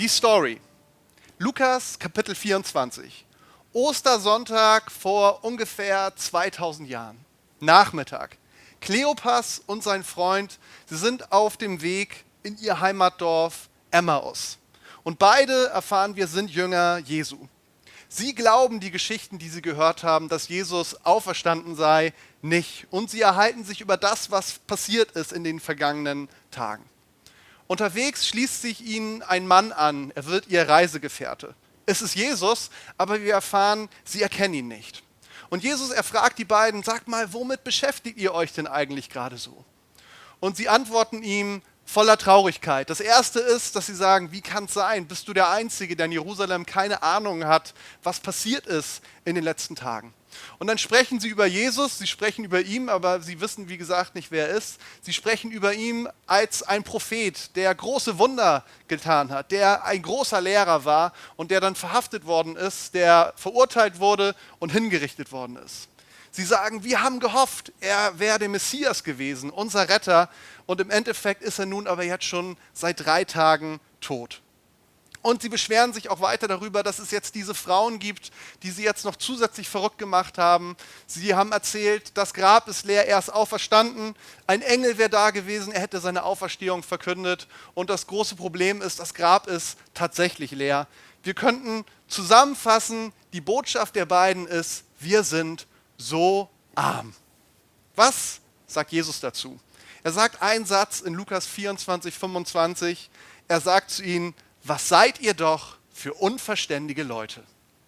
Die Story. Lukas Kapitel 24. Ostersonntag vor ungefähr 2000 Jahren. Nachmittag. Kleopas und sein Freund, sie sind auf dem Weg in ihr Heimatdorf Emmaus. Und beide, erfahren wir, sind Jünger Jesu. Sie glauben die Geschichten, die sie gehört haben, dass Jesus auferstanden sei, nicht. Und sie erhalten sich über das, was passiert ist in den vergangenen Tagen. Unterwegs schließt sich ihnen ein Mann an, er wird ihr Reisegefährte. Es ist Jesus, aber wir erfahren, sie erkennen ihn nicht. Und Jesus, er fragt die beiden, sagt mal, womit beschäftigt ihr euch denn eigentlich gerade so? Und sie antworten ihm voller Traurigkeit. Das erste ist, dass sie sagen, wie kann es sein, bist du der Einzige, der in Jerusalem keine Ahnung hat, was passiert ist in den letzten Tagen? Und dann sprechen sie über Jesus, sie sprechen über ihn, aber sie wissen, wie gesagt, nicht, wer er ist. Sie sprechen über ihn als ein Prophet, der große Wunder getan hat, der ein großer Lehrer war und der dann verhaftet worden ist, der verurteilt wurde und hingerichtet worden ist. Sie sagen, wir haben gehofft, er wäre der Messias gewesen, unser Retter, und im Endeffekt ist er nun aber jetzt schon seit 3 Tagen tot. Und sie beschweren sich auch weiter darüber, dass es jetzt diese Frauen gibt, die sie jetzt noch zusätzlich verrückt gemacht haben. Sie haben erzählt, das Grab ist leer, er ist auferstanden. Ein Engel wäre da gewesen, er hätte seine Auferstehung verkündet. Und das große Problem ist, das Grab ist tatsächlich leer. Wir könnten zusammenfassen, die Botschaft der beiden ist, wir sind so arm. Was sagt Jesus dazu? Er sagt einen Satz in Lukas 24, 25. Er sagt zu ihnen, was seid ihr doch für unverständige Leute?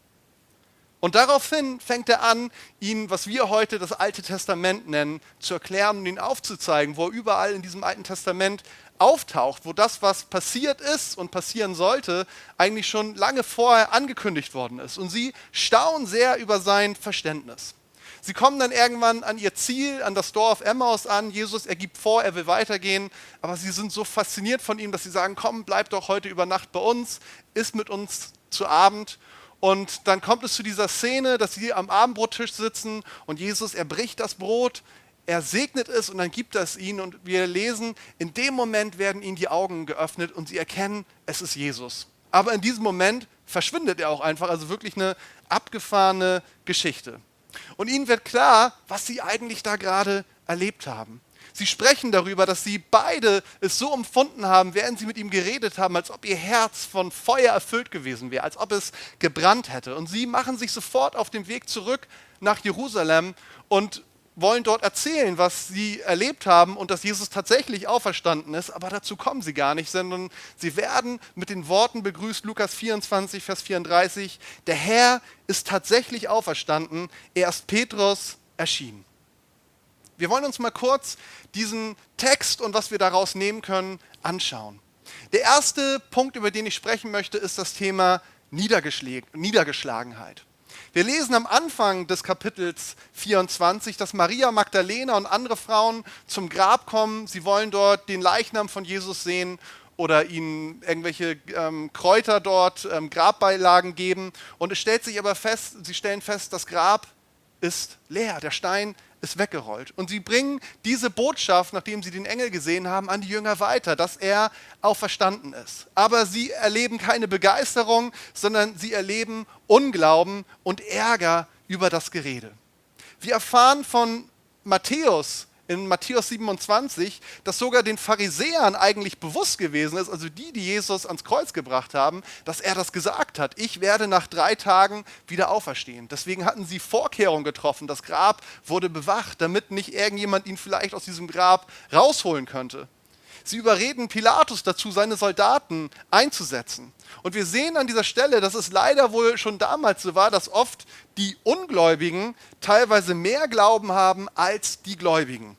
Und daraufhin fängt er an, ihnen, was wir heute das Alte Testament nennen, zu erklären und ihnen aufzuzeigen, wo er überall in diesem Alten Testament auftaucht, wo das, was passiert ist und passieren sollte, eigentlich schon lange vorher angekündigt worden ist. Und sie staunen sehr über sein Verständnis. Sie kommen dann irgendwann an ihr Ziel, an das Dorf Emmaus an. Jesus, er gibt vor, er will weitergehen, aber sie sind so fasziniert von ihm, dass sie sagen, komm, bleib doch heute über Nacht bei uns, iss mit uns zu Abend. Und dann kommt es zu dieser Szene, dass sie am Abendbrottisch sitzen und Jesus, er bricht das Brot, er segnet es und dann gibt er es ihnen. Und wir lesen, in dem Moment werden ihnen die Augen geöffnet und sie erkennen, es ist Jesus. Aber in diesem Moment verschwindet er auch einfach, also wirklich eine abgefahrene Geschichte. Und ihnen wird klar, was sie eigentlich da gerade erlebt haben. Sie sprechen darüber, dass sie beide es so empfunden haben, während sie mit ihm geredet haben, als ob ihr Herz von Feuer erfüllt gewesen wäre, als ob es gebrannt hätte. Und sie machen sich sofort auf den Weg zurück nach Jerusalem und wollen dort erzählen, was sie erlebt haben und dass Jesus tatsächlich auferstanden ist, aber dazu kommen sie gar nicht, sondern sie werden mit den Worten begrüßt, Lukas 24, Vers 34, der Herr ist tatsächlich auferstanden, er ist Petrus erschienen. Wir wollen uns mal kurz diesen Text und was wir daraus nehmen können, anschauen. Der erste Punkt, über den ich sprechen möchte, ist das Thema Niedergeschlagenheit. Wir lesen am Anfang des Kapitels 24, dass Maria Magdalena und andere Frauen zum Grab kommen. Sie wollen dort den Leichnam von Jesus sehen oder ihnen irgendwelche Kräuter dort, Grabbeilagen geben. Und es stellt sich aber fest, sie stellen fest, das Grab ist leer, der Stein ist weggerollt. Und sie bringen diese Botschaft, nachdem sie den Engel gesehen haben, an die Jünger weiter, dass er auferstanden ist. Aber sie erleben keine Begeisterung, sondern sie erleben Unglauben und Ärger über das Gerede. Wir erfahren von Matthäus in Matthäus 27, dass sogar den Pharisäern eigentlich bewusst gewesen ist, also die Jesus ans Kreuz gebracht haben, dass er das gesagt hat, ich werde nach 3 Tagen wieder auferstehen. Deswegen hatten sie Vorkehrungen getroffen, das Grab wurde bewacht, damit nicht irgendjemand ihn vielleicht aus diesem Grab rausholen könnte. Sie überreden Pilatus dazu, seine Soldaten einzusetzen. Und wir sehen an dieser Stelle, dass es leider wohl schon damals so war, dass oft die Ungläubigen teilweise mehr Glauben haben als die Gläubigen.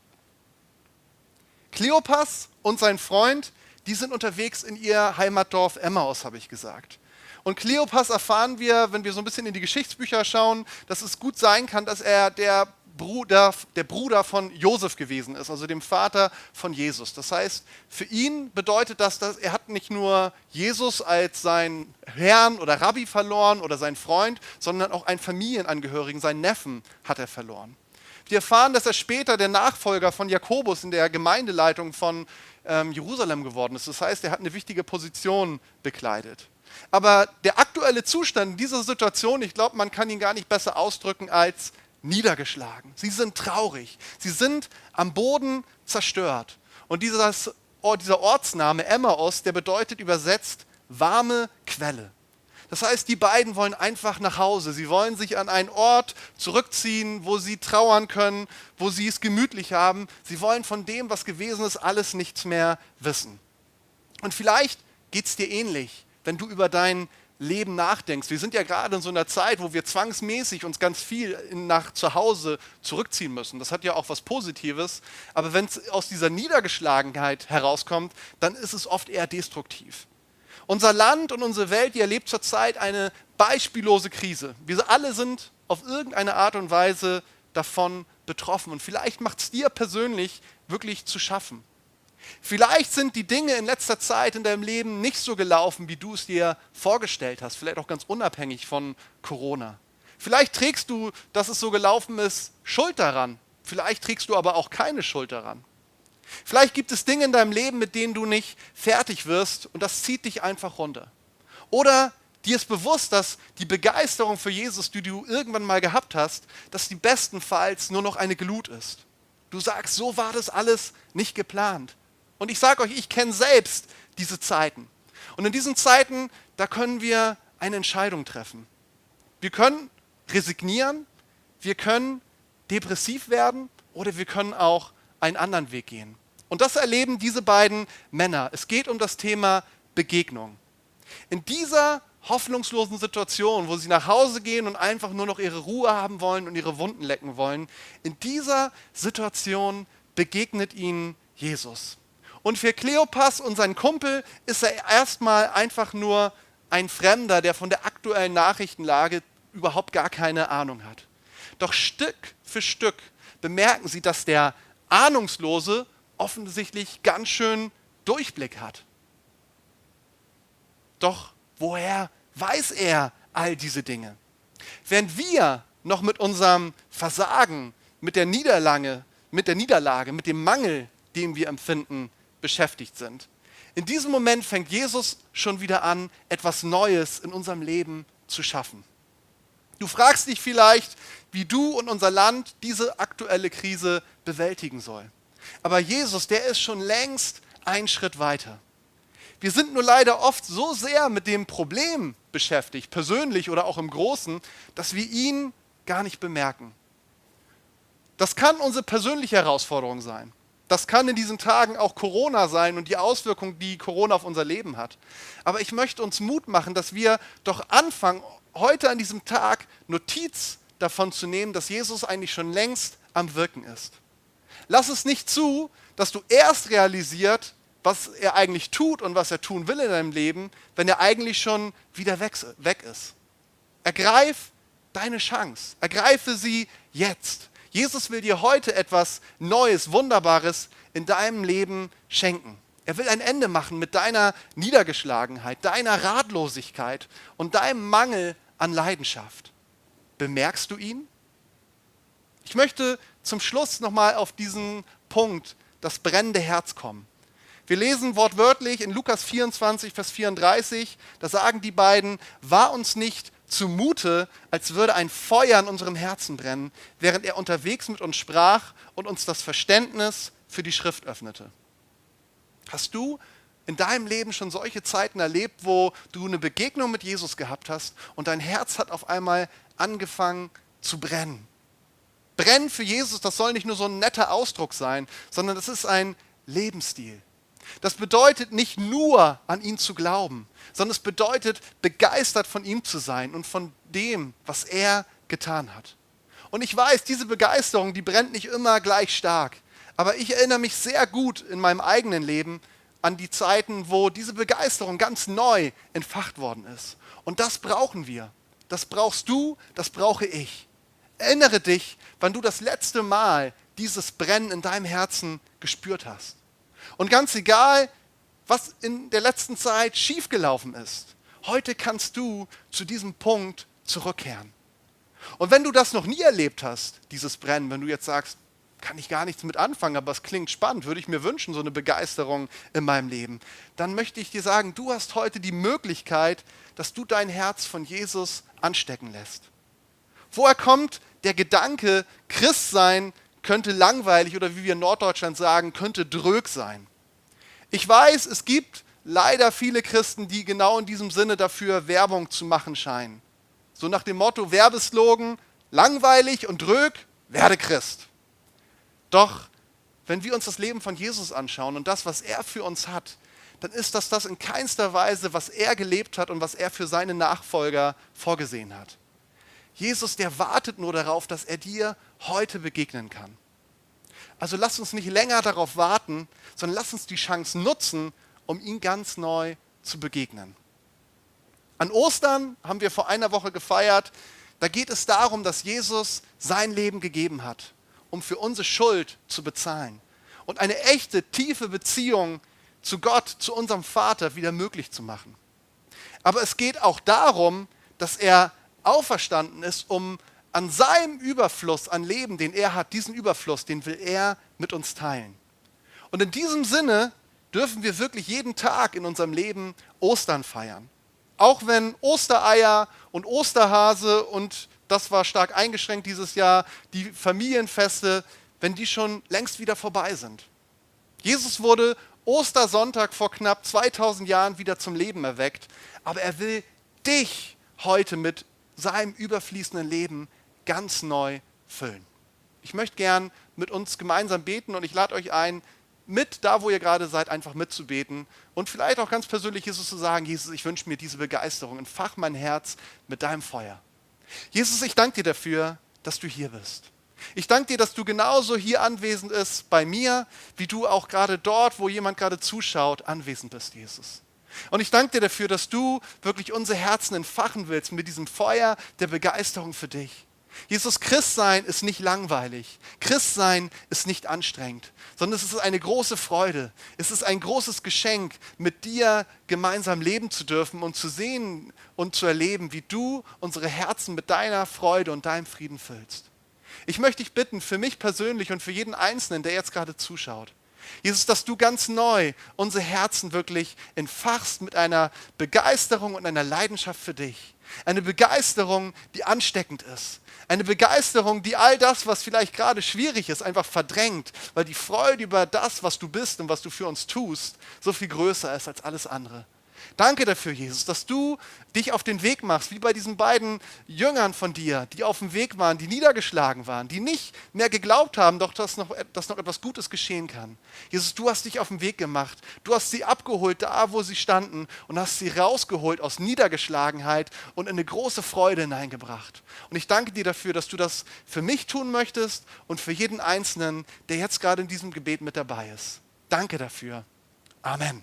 Kleopas und sein Freund, die sind unterwegs in ihr Heimatdorf Emmaus, habe ich gesagt. Und Kleopas erfahren wir, wenn wir so ein bisschen in die Geschichtsbücher schauen, dass es gut sein kann, dass er der Bruder von Josef gewesen ist, also dem Vater von Jesus. Das heißt, für ihn bedeutet das, dass er hat nicht nur Jesus als seinen Herrn oder Rabbi verloren oder seinen Freund, sondern auch einen Familienangehörigen, seinen Neffen hat er verloren. Die erfahren, dass er später der Nachfolger von Jakobus in der Gemeindeleitung von Jerusalem geworden ist. Das heißt, er hat eine wichtige Position bekleidet. Aber der aktuelle Zustand in dieser Situation, ich glaube, man kann ihn gar nicht besser ausdrücken als niedergeschlagen. Sie sind traurig. Sie sind am Boden zerstört. Und dieser Ortsname Emmaus, der bedeutet übersetzt warme Quelle. Das heißt, die beiden wollen einfach nach Hause. Sie wollen sich an einen Ort zurückziehen, wo sie trauern können, wo sie es gemütlich haben. Sie wollen von dem, was gewesen ist, alles nichts mehr wissen. Und vielleicht geht es dir ähnlich, wenn du über dein Leben nachdenkst. Wir sind ja gerade in so einer Zeit, wo wir zwangsmäßig uns ganz viel nach zu Hause zurückziehen müssen. Das hat ja auch was Positives. Aber wenn es aus dieser Niedergeschlagenheit herauskommt, dann ist es oft eher destruktiv. Unser Land und unsere Welt, die erlebt zurzeit eine beispiellose Krise. Wir alle sind auf irgendeine Art und Weise davon betroffen. Und vielleicht macht es dir persönlich wirklich zu schaffen. Vielleicht sind die Dinge in letzter Zeit in deinem Leben nicht so gelaufen, wie du es dir vorgestellt hast. Vielleicht auch ganz unabhängig von Corona. Vielleicht trägst du, dass es so gelaufen ist, Schuld daran. Vielleicht trägst du aber auch keine Schuld daran. Vielleicht gibt es Dinge in deinem Leben, mit denen du nicht fertig wirst und das zieht dich einfach runter. Oder dir ist bewusst, dass die Begeisterung für Jesus, die du irgendwann mal gehabt hast, dass die bestenfalls nur noch eine Glut ist. Du sagst, so war das alles nicht geplant. Und ich sage euch, ich kenne selbst diese Zeiten. Und in diesen Zeiten, da können wir eine Entscheidung treffen. Wir können resignieren, wir können depressiv werden oder wir können auch einen anderen Weg gehen. Und das erleben diese beiden Männer. Es geht um das Thema Begegnung. In dieser hoffnungslosen Situation, wo sie nach Hause gehen und einfach nur noch ihre Ruhe haben wollen und ihre Wunden lecken wollen, in dieser Situation begegnet ihnen Jesus. Und für Kleopas und seinen Kumpel ist er erstmal einfach nur ein Fremder, der von der aktuellen Nachrichtenlage überhaupt gar keine Ahnung hat. Doch Stück für Stück bemerken sie, dass der Ahnungslose offensichtlich ganz schön Durchblick hat. Doch woher weiß er all diese Dinge? Während wir noch mit unserem Versagen, mit der Niederlage, mit dem Mangel, den wir empfinden, beschäftigt sind. In diesem Moment fängt Jesus schon wieder an, etwas Neues in unserem Leben zu schaffen. Du fragst dich vielleicht, wie du und unser Land diese aktuelle Krise bewältigen soll. Aber Jesus, der ist schon längst einen Schritt weiter. Wir sind nur leider oft so sehr mit dem Problem beschäftigt, persönlich oder auch im Großen, dass wir ihn gar nicht bemerken. Das kann unsere persönliche Herausforderung sein. Das kann in diesen Tagen auch Corona sein und die Auswirkungen, die Corona auf unser Leben hat. Aber ich möchte uns Mut machen, dass wir doch anfangen, heute an diesem Tag Notiz davon zu nehmen, dass Jesus eigentlich schon längst am Wirken ist. Lass es nicht zu, dass du erst realisiert, was er eigentlich tut und was er tun will in deinem Leben, wenn er eigentlich schon wieder weg ist. Ergreif deine Chance. Ergreife sie jetzt. Jesus will dir heute etwas Neues, Wunderbares in deinem Leben schenken. Er will ein Ende machen mit deiner Niedergeschlagenheit, deiner Ratlosigkeit und deinem Mangel an Leidenschaft. Bemerkst du ihn? Ich möchte zum Schluss nochmal auf diesen Punkt, das brennende Herz, kommen. Wir lesen wortwörtlich in Lukas 24, Vers 34, da sagen die beiden, war uns nicht zumute, als würde ein Feuer in unserem Herzen brennen, während er unterwegs mit uns sprach und uns das Verständnis für die Schrift öffnete. Hast du in deinem Leben schon solche Zeiten erlebt, wo du eine Begegnung mit Jesus gehabt hast und dein Herz hat auf einmal angefangen zu brennen? Brennen für Jesus, das soll nicht nur so ein netter Ausdruck sein, sondern das ist ein Lebensstil. Das bedeutet nicht nur an ihn zu glauben, sondern es bedeutet begeistert von ihm zu sein und von dem, was er getan hat. Und ich weiß, diese Begeisterung, die brennt nicht immer gleich stark. Aber ich erinnere mich sehr gut in meinem eigenen Leben an die Zeiten, wo diese Begeisterung ganz neu entfacht worden ist. Und das brauchen wir. Das brauchst du, das brauche ich. Erinnere dich, wann du das letzte Mal dieses Brennen in deinem Herzen gespürt hast. Und ganz egal, was in der letzten Zeit schiefgelaufen ist, heute kannst du zu diesem Punkt zurückkehren. Und wenn du das noch nie erlebt hast, dieses Brennen, wenn du jetzt sagst, kann ich gar nichts mit anfangen, aber es klingt spannend, würde ich mir wünschen, so eine Begeisterung in meinem Leben, dann möchte ich dir sagen, du hast heute die Möglichkeit, dass du dein Herz von Jesus anstecken lässt. Woher kommt der Gedanke, Christ sein könnte langweilig oder wie wir in Norddeutschland sagen, könnte drög sein? Ich weiß, es gibt leider viele Christen, die genau in diesem Sinne dafür Werbung zu machen scheinen. So nach dem Motto, Werbeslogan, langweilig und drög, werde Christ. Doch wenn wir uns das Leben von Jesus anschauen und das, was er für uns hat, dann ist das in keinster Weise, was er gelebt hat und was er für seine Nachfolger vorgesehen hat. Jesus, der wartet nur darauf, dass er dir heute begegnen kann. Also lass uns nicht länger darauf warten, sondern lass uns die Chance nutzen, um ihm ganz neu zu begegnen. An Ostern haben wir vor einer Woche gefeiert. Da geht es darum, dass Jesus sein Leben gegeben hat, um für unsere Schuld zu bezahlen und eine echte, tiefe Beziehung zu Gott, zu unserem Vater wieder möglich zu machen. Aber es geht auch darum, dass er auferstanden ist, um an seinem Überfluss an Leben, den er hat, diesen Überfluss, den will er mit uns teilen. Und in diesem Sinne dürfen wir wirklich jeden Tag in unserem Leben Ostern feiern. Auch wenn Ostereier und Osterhase und das war stark eingeschränkt dieses Jahr, die Familienfeste, wenn die schon längst wieder vorbei sind. Jesus wurde Ostersonntag vor knapp 2000 Jahren wieder zum Leben erweckt, aber er will dich heute mit seinem überfließenden Leben ganz neu füllen. Ich möchte gern mit uns gemeinsam beten und ich lade euch ein, mit da, wo ihr gerade seid, einfach mitzubeten und vielleicht auch ganz persönlich Jesus zu sagen, Jesus, ich wünsche mir diese Begeisterung, entfach mein Herz mit deinem Feuer. Jesus, ich danke dir dafür, dass du hier bist. Ich danke dir, dass du genauso hier anwesend bist bei mir, wie du auch gerade dort, wo jemand gerade zuschaut, anwesend bist, Jesus. Und ich danke dir dafür, dass du wirklich unsere Herzen entfachen willst mit diesem Feuer der Begeisterung für dich. Jesus, Christsein ist nicht langweilig. Christsein ist nicht anstrengend, sondern es ist eine große Freude. Es ist ein großes Geschenk, mit dir gemeinsam leben zu dürfen und zu sehen und zu erleben, wie du unsere Herzen mit deiner Freude und deinem Frieden füllst. Ich möchte dich bitten, für mich persönlich und für jeden Einzelnen, der jetzt gerade zuschaut, Jesus, dass du ganz neu unsere Herzen wirklich entfachst mit einer Begeisterung und einer Leidenschaft für dich. Eine Begeisterung, die ansteckend ist. Eine Begeisterung, die all das, was vielleicht gerade schwierig ist, einfach verdrängt, weil die Freude über das, was du bist und was du für uns tust, so viel größer ist als alles andere. Danke dafür, Jesus, dass du dich auf den Weg machst, wie bei diesen beiden Jüngern von dir, die auf dem Weg waren, die niedergeschlagen waren, die nicht mehr geglaubt haben, doch dass noch etwas Gutes geschehen kann. Jesus, du hast dich auf den Weg gemacht. Du hast sie abgeholt, da wo sie standen und hast sie rausgeholt aus Niedergeschlagenheit und in eine große Freude hineingebracht. Und ich danke dir dafür, dass du das für mich tun möchtest und für jeden Einzelnen, der jetzt gerade in diesem Gebet mit dabei ist. Danke dafür. Amen.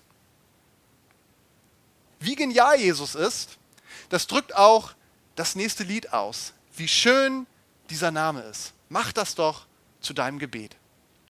Wie genial Jesus ist, das drückt auch das nächste Lied aus. Wie schön dieser Name ist. Mach das doch zu deinem Gebet.